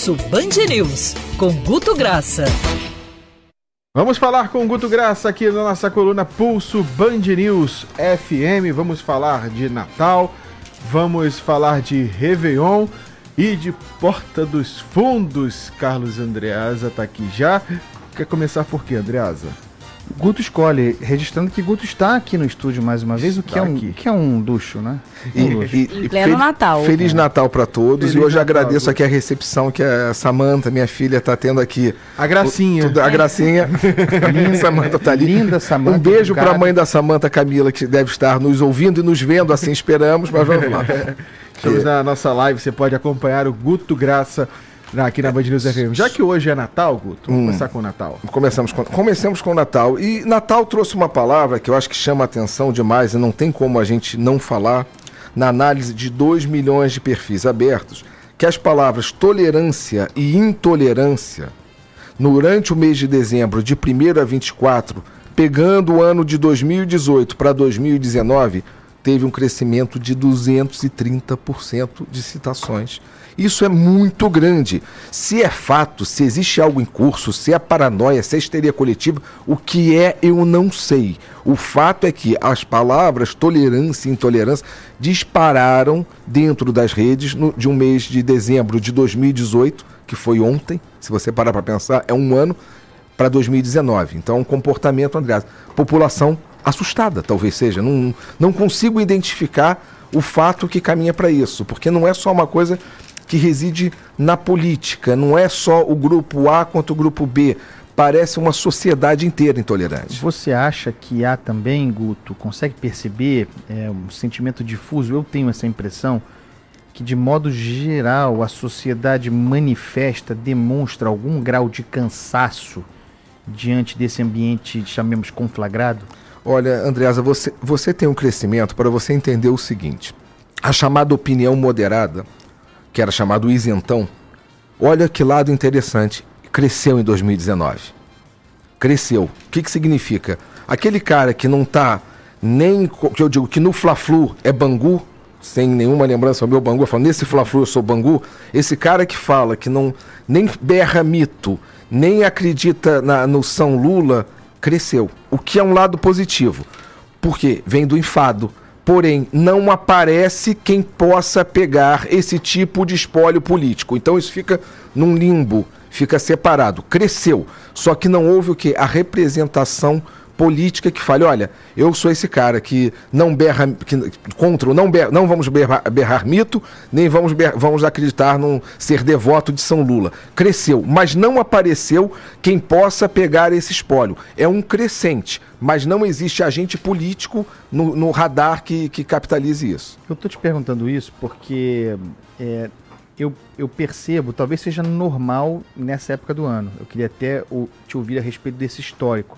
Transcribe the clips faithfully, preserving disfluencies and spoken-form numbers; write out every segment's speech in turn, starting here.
Pulso Band News, com Guto Graça. Vamos falar com o Guto Graça aqui na nossa coluna Pulso Band News F M. Vamos falar de Natal, vamos falar de Réveillon e de Porta dos Fundos. Carlos Andreasa está aqui já. Quer começar por quê, Andreasa? Guto escolhe, registrando que Guto está aqui no estúdio mais uma vez, o que é um, que é um luxo, né? E, um luxo. e, em pleno fel- Natal. Feliz é. Natal para todos. Feliz e hoje Natal, agradeço Guto. aqui a recepção que a Samanta, minha filha, está tendo aqui. A Gracinha. O, tudo, a Gracinha. Linda, Samanta tá ali. Linda Samanta. Um beijo para a mãe da Samanta, Camila, que deve estar nos ouvindo e nos vendo, assim esperamos, mas vamos lá. Estamos é. na nossa live, você pode acompanhar o Guto Graça aqui na Band News F M. Já que hoje é Natal, Guto, vamos hum. começar com o Natal. Começamos com, comecemos com o Natal. E Natal trouxe uma palavra que eu acho que chama a atenção demais e não tem como a gente não falar na análise de dois milhões de perfis abertos, que as palavras tolerância e intolerância, durante o mês de dezembro, de primeiro a vinte e quatro, pegando o ano de dois mil e dezoito para dois mil e dezenove, teve um crescimento de duzentos e trinta por cento de citações. Isso é muito grande. Se é fato, se existe algo em curso, se é paranoia, se é histeria coletiva, o que é eu não sei. O fato é que as palavras tolerância e intolerância dispararam dentro das redes no, de um mês de dezembro de dois mil e dezoito, que foi ontem, se você parar para pensar, é um ano, para dois mil e dezenove. Então, um comportamento, André, população assustada, talvez seja. Não, não consigo identificar o fato que caminha para isso, porque não é só uma coisa que reside na política, não é só o grupo A contra o grupo B, parece uma sociedade inteira intolerante. Você acha que há também, Guto, consegue perceber é, um sentimento difuso? Eu tenho essa impressão que, de modo geral, a sociedade manifesta, demonstra algum grau de cansaço diante desse ambiente, chamemos, conflagrado? Olha, Andreasa, você, você tem um crescimento para você entender o seguinte: a chamada opinião moderada, que era chamado isentão, olha que lado interessante, cresceu em dois mil e dezenove. Cresceu. O que, que significa? Aquele cara que não está nem, que eu digo que no Fla-Flu é Bangu, sem nenhuma lembrança ao meu Bangu, eu falo, nesse Fla-Flu eu sou Bangu, esse cara que fala que não nem berra mito, nem acredita na, no São Lula, cresceu. O que é um lado positivo, porque vem do enfado. Porém, não aparece quem possa pegar esse tipo de espólio político. Então isso fica num limbo, fica separado. Cresceu, só que não houve o quê? A representação política que fale, olha, eu sou esse cara que não berra, que, contra, não, berra, não vamos berrar, berrar mito, nem vamos, berrar, vamos acreditar num ser devoto de São Lula. Cresceu, mas não apareceu quem possa pegar esse espólio. É um crescente, mas não existe agente político no, no radar que, que capitalize isso. Eu estou te perguntando isso porque é, eu, eu percebo, talvez seja normal nessa época do ano. Eu queria até o, te ouvir a respeito desse histórico.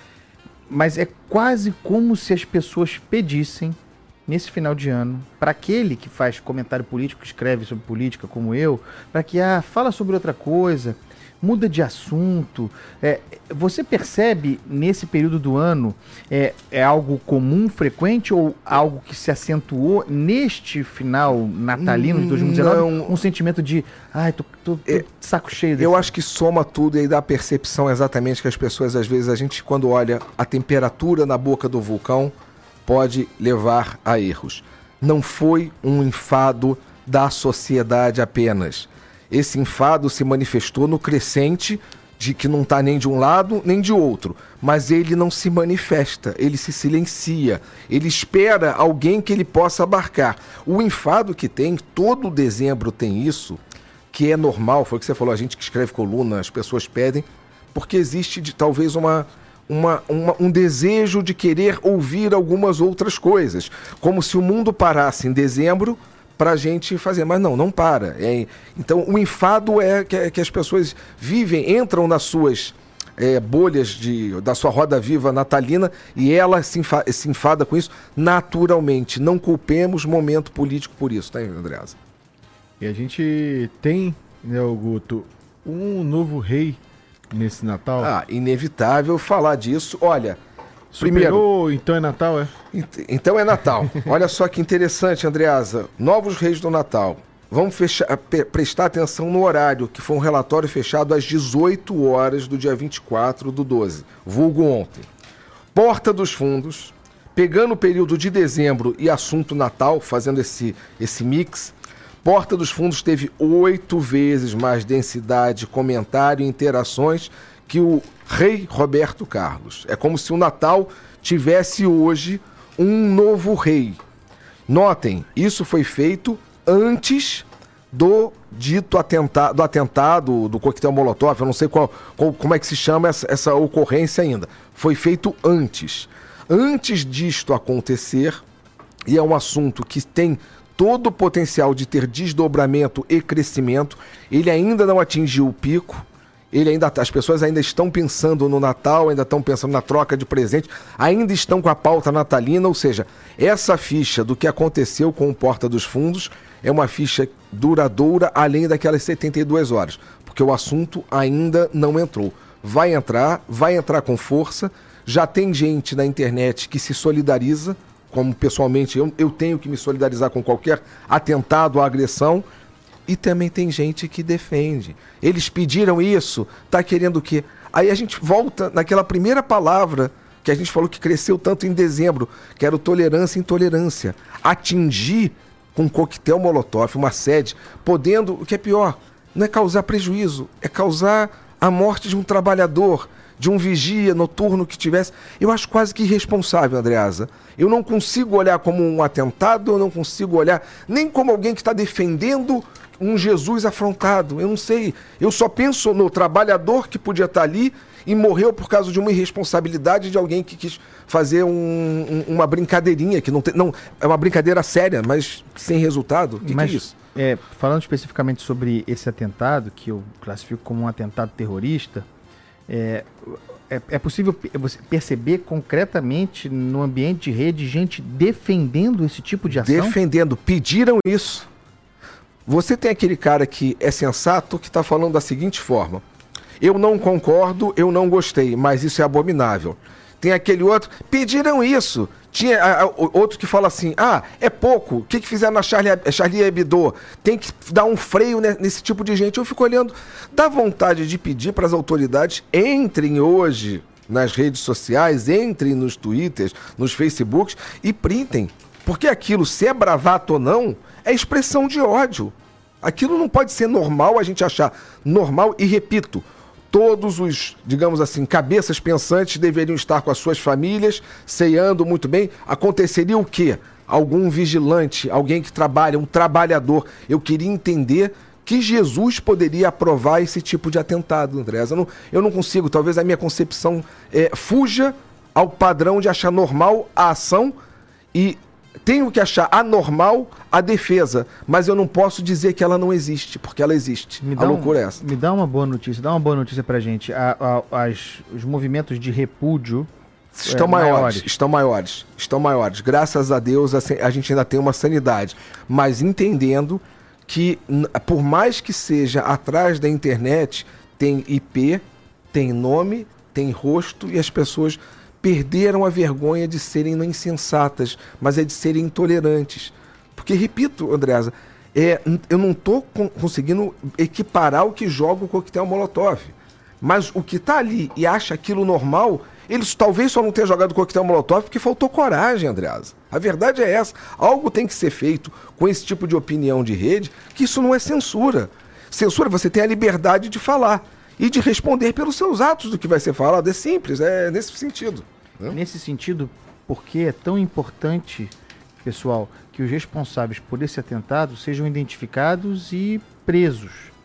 Mas é quase como se as pessoas pedissem, nesse final de ano, para aquele que faz comentário político, escreve sobre política, como eu, para que, ah, fala sobre outra coisa, muda de assunto. É, você percebe, nesse período do ano, é, é algo comum, frequente, ou algo que se acentuou neste final natalino de dois mil e dezenove? Não. Um sentimento de, ai, tô, tô, tô é, saco cheio desse. Eu acho que soma tudo e aí dá a percepção exatamente que as pessoas, às vezes, a gente, quando olha a temperatura na boca do vulcão, pode levar a erros. Não foi um enfado da sociedade apenas. Esse enfado se manifestou no crescente de que não está nem de um lado nem de outro, mas ele não se manifesta, ele se silencia, ele espera alguém que ele possa abarcar. O enfado que tem, todo dezembro tem isso, que é normal, foi o que você falou, a gente que escreve coluna, as pessoas pedem, porque existe de, talvez uma... Uma, uma, um desejo de querer ouvir algumas outras coisas, como se o mundo parasse em dezembro para a gente fazer, mas não, não para. É, então o enfado é que, que as pessoas vivem, entram nas suas é, bolhas de, da sua roda viva natalina e ela se, enfa, se enfada com isso naturalmente. Não culpemos momento político por isso, tá, Andreasa? E a gente tem, né, Guto, um novo rei nesse Natal. Ah, inevitável falar disso. Olha, Superou, primeiro... então é Natal, é? Então é Natal. Olha só que interessante, Andreasa. Novos reis do Natal. vamos fechar, prestar atenção no horário, que foi um relatório fechado às dezoito horas do dia vinte e quatro do doze, vulgo ontem. Porta dos Fundos, pegando o período de dezembro e assunto Natal, fazendo esse, esse mix, Porta dos Fundos teve oito vezes mais densidade, comentário e interações que o rei Roberto Carlos. É como se o Natal tivesse hoje um novo rei. Notem, isso foi feito antes do dito atentado, do atentado do coquetel Molotov, eu não sei qual, qual, como é que se chama essa, essa ocorrência ainda. Foi feito antes. Antes disto acontecer, e é um assunto que tem todo o potencial de ter desdobramento e crescimento, ele ainda não atingiu o pico, ele ainda, as pessoas ainda estão pensando no Natal, ainda estão pensando na troca de presente, ainda estão com a pauta natalina, ou seja, essa ficha do que aconteceu com o Porta dos Fundos é uma ficha duradoura além daquelas setenta e duas horas, porque o assunto ainda não entrou. Vai entrar, vai entrar com força, já tem gente na internet que se solidariza, como pessoalmente eu, eu tenho que me solidarizar com qualquer atentado ou agressão, e também tem gente que defende. Eles pediram isso, tá querendo o quê? Aí a gente volta naquela primeira palavra que a gente falou que cresceu tanto em dezembro, que era o tolerância e intolerância. Atingir com um coquetel Molotov, uma sede, podendo, o que é pior, não é causar prejuízo, é causar a morte de um trabalhador, de um vigia noturno que tivesse. Eu acho quase que irresponsável, Andreasa. Eu não consigo olhar como um atentado, eu não consigo olhar nem como alguém que está defendendo um Jesus afrontado. Eu não sei. Eu só penso no trabalhador que podia estar ali e morreu por causa de uma irresponsabilidade de alguém que quis fazer um, um, uma brincadeirinha, que não tem. Não, é uma brincadeira séria, mas sem resultado. O que, mas, que é isso? É, falando especificamente sobre esse atentado, que eu classifico como um atentado terrorista, é, é, é possível você perceber concretamente no ambiente de rede gente defendendo esse tipo de ação? Defendendo. Pediram isso. Você tem aquele cara que é sensato que está falando da seguinte forma: eu não concordo, eu não gostei, mas isso é abominável. Tem aquele outro, pediram isso. Tinha a, a, outro que fala assim, ah, é pouco, o que, que fizeram na Charlie, Charlie Hebdo? Tem que dar um freio nesse tipo de gente. Eu fico olhando, dá vontade de pedir para as autoridades, entrem hoje nas redes sociais, entrem nos Twitters, nos Facebooks e printem. Porque aquilo, se é bravata ou não, é expressão de ódio. Aquilo não pode ser normal a gente achar normal, e repito, todos os, digamos assim, cabeças pensantes deveriam estar com as suas famílias, ceando muito bem. Aconteceria o quê? Algum vigilante, alguém que trabalha, um trabalhador. Eu queria entender que Jesus poderia aprovar esse tipo de atentado, Andréas. Eu não, eu não consigo, talvez a minha concepção é, fuja ao padrão de achar normal a ação e tenho que achar anormal a defesa, mas eu não posso dizer que ela não existe, porque ela existe. Me a loucura um, é essa. Me dá uma boa notícia, dá uma boa notícia pra gente. A, a, as, os movimentos de repúdio estão é, maiores, maiores, estão maiores, estão maiores. Graças a Deus a, a gente ainda tem uma sanidade, mas entendendo que por mais que seja atrás da internet, tem I P, tem nome, tem rosto e as pessoas perderam a vergonha de serem não insensatas, mas é de serem intolerantes. Porque, repito, Andreasa, é, eu não estou con- conseguindo equiparar o que joga o coquetel Molotov. Mas o que está ali e acha aquilo normal, eles talvez só não tenham jogado coquetel Molotov porque faltou coragem, Andreasa. A verdade é essa. Algo tem que ser feito com esse tipo de opinião de rede, que isso não é censura. Censura, você tem a liberdade de falar e de responder pelos seus atos do que vai ser falado. É simples, é nesse sentido. Né? Nesse sentido, porque é tão importante, pessoal, que os responsáveis por esse atentado sejam identificados e presos.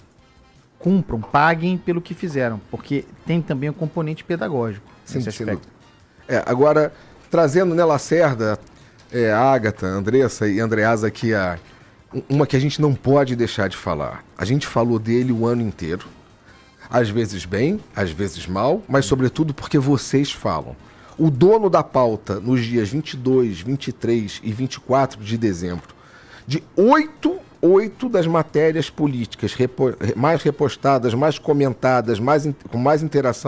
Cumpram, paguem pelo que fizeram, porque tem também um componente pedagógico nesse aspecto. É, agora, trazendo né, Lacerda, é, Ágata, Andressa e Andreasa aqui, a, uma que a gente não pode deixar de falar. A gente falou dele o ano inteiro. Às vezes bem, às vezes mal, mas sobretudo porque vocês falam. O dono da pauta, nos dias vinte e dois, vinte e três e vinte e quatro de dezembro, de oito, oito das matérias políticas repo, mais repostadas, mais comentadas, mais, com mais interação,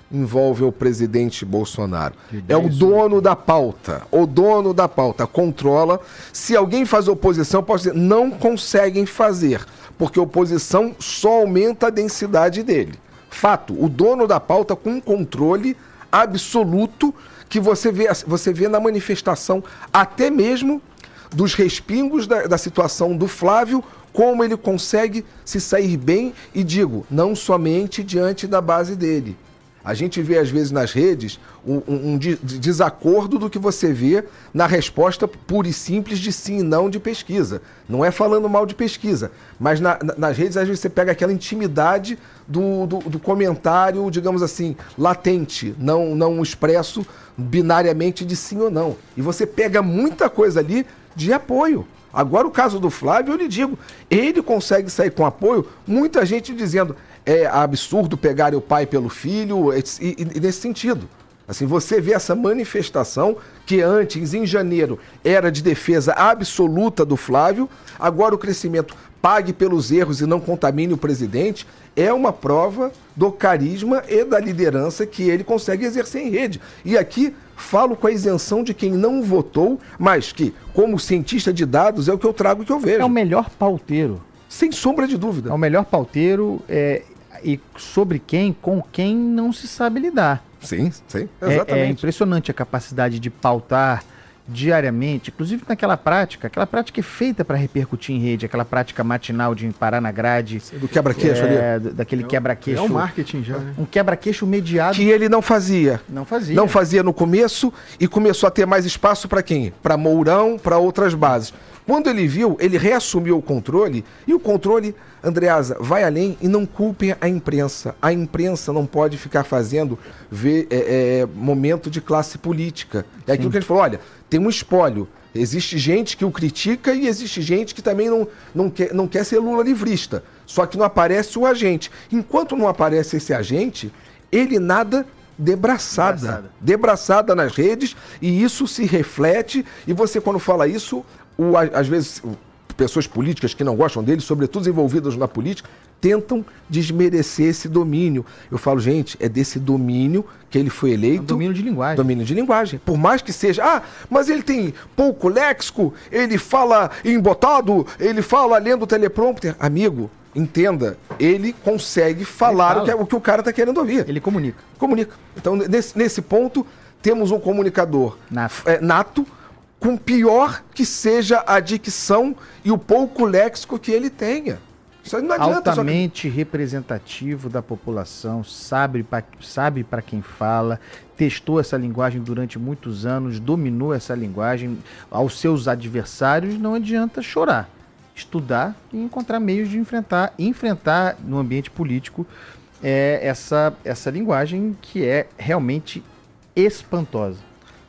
envolvem o presidente Bolsonaro. É o dono da pauta. O dono da pauta controla. Se alguém faz oposição, pode dizer, não conseguem fazer, porque a oposição só aumenta a densidade dele. Fato, o dono da pauta com controle absoluto que você vê, você vê na manifestação até mesmo dos respingos da, da situação do Flávio, como ele consegue se sair bem, e digo, não somente diante da base dele. A gente vê, às vezes, nas redes, um, um, um de, de desacordo do que você vê na resposta pura e simples de sim e não de pesquisa. Não é falando mal de pesquisa, mas na, na, nas redes, às vezes, você pega aquela intimidade do, do, do comentário, digamos assim, latente, não, não expresso binariamente de sim ou não. E você pega muita coisa ali de apoio. Agora, o caso do Flávio, eu lhe digo, ele consegue sair com apoio, muita gente dizendo, é absurdo pegar o pai pelo filho, e, e, e nesse sentido. Assim, você vê essa manifestação que antes, em janeiro, era de defesa absoluta do Flávio, agora o crescimento pague pelos erros e não contamine o presidente, é uma prova do carisma e da liderança que ele consegue exercer em rede. E aqui falo com a isenção de quem não votou, mas que, como cientista de dados, é o que eu trago e que eu vejo. É o melhor pauteiro. Sem sombra de dúvida. É o melhor pauteiro é, e sobre quem, com quem não se sabe lidar. Sim, sim, exatamente. É, é impressionante a capacidade de pautar diariamente, inclusive naquela prática, aquela prática é feita para repercutir em rede, aquela prática matinal de parar na grade. Do quebra-queixo é, ali. Daquele é, quebra-queixo. É um marketing já, né? Um quebra-queixo mediado. Que ele não fazia. Não fazia. Não fazia no começo e começou a ter mais espaço para quem? Para Mourão, para outras bases. Quando ele viu, ele reassumiu o controle, e o controle, Andreasa, vai além e não culpem a imprensa. A imprensa não pode ficar fazendo ver, é, é, momento de classe política. É aquilo Sim. que a gente falou, olha, tem um espólio. Existe gente que o critica e existe gente que também não, não, quer, não quer ser Lula livrista. Só que não aparece o agente. Enquanto não aparece esse agente, ele nada... Debraçada, debraçada, debraçada nas redes, e isso se reflete, e você quando fala isso, o, às vezes pessoas políticas que não gostam dele, sobretudo envolvidas na política, tentam desmerecer esse domínio. Eu falo, gente, é desse domínio que ele foi eleito. É um domínio de linguagem. Domínio de linguagem. Por mais que seja, ah, mas ele tem pouco léxico, ele fala embotado, ele fala lendo o teleprompter. Amigo, entenda, ele consegue falar ele o, que, o que o cara está querendo ouvir. Ele comunica. Comunica. Então, nesse, nesse ponto, temos um comunicador nato. É, nato, com pior que seja a dicção e o pouco léxico que ele tenha. Isso não adianta. Altamente que... representativo da população, sabe para sabe para quem fala, testou essa linguagem durante muitos anos, dominou essa linguagem. Aos seus adversários não adianta chorar. Estudar e encontrar meios de enfrentar, enfrentar no ambiente político é, essa, essa linguagem que é realmente espantosa.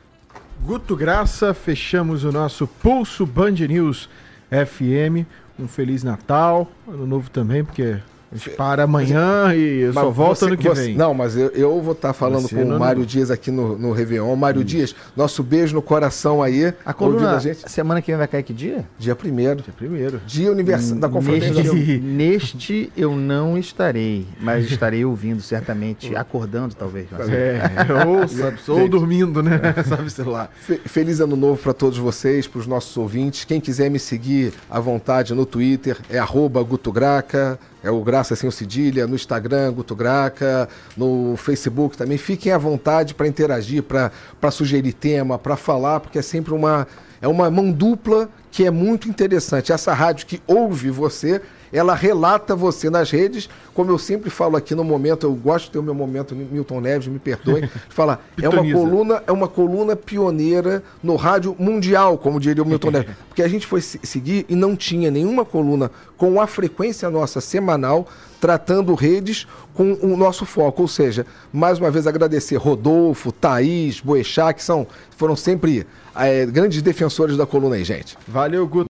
Guto Graça, fechamos o nosso Pulso Band News F M. Um Feliz Natal, Ano Novo também, porque a gente para amanhã e eu só volto ano que vem. Não, mas eu, eu vou estar tá falando você com o Mário não... Dias aqui no, no Réveillon. Mário Isso. Dias, nosso beijo no coração aí. A coluna, a gente. Semana que vem vai cair que dia? Dia primeiro. Dia primeiro. Dia universal da confraternização. Neste, neste eu não estarei, mas estarei ouvindo certamente, acordando talvez. É, ou, ou dormindo, né? Sabe, sei lá. Fe, feliz Ano Novo para todos vocês, para os nossos ouvintes. Quem quiser me seguir à vontade no Twitter, é arroba Guto Graca. É o Graça Sem o Cedilha, no Instagram, Guto Graca, no Facebook também. Fiquem à vontade para interagir, para sugerir tema, para falar, porque é sempre uma, é uma mão dupla que é muito interessante. Essa rádio que ouve você, ela relata você nas redes, como eu sempre falo aqui no momento, eu gosto de ter o meu momento, Milton Neves, me perdoe, de falar, é uma coluna, é uma coluna pioneira no rádio mundial, como diria o Milton Neves, porque a gente foi seguir e não tinha nenhuma coluna com a frequência nossa semanal, tratando redes com o nosso foco, ou seja, mais uma vez agradecer Rodolfo, Thaís, Boechat, que são, foram sempre é, grandes defensores da coluna aí, gente. Valeu, Guto.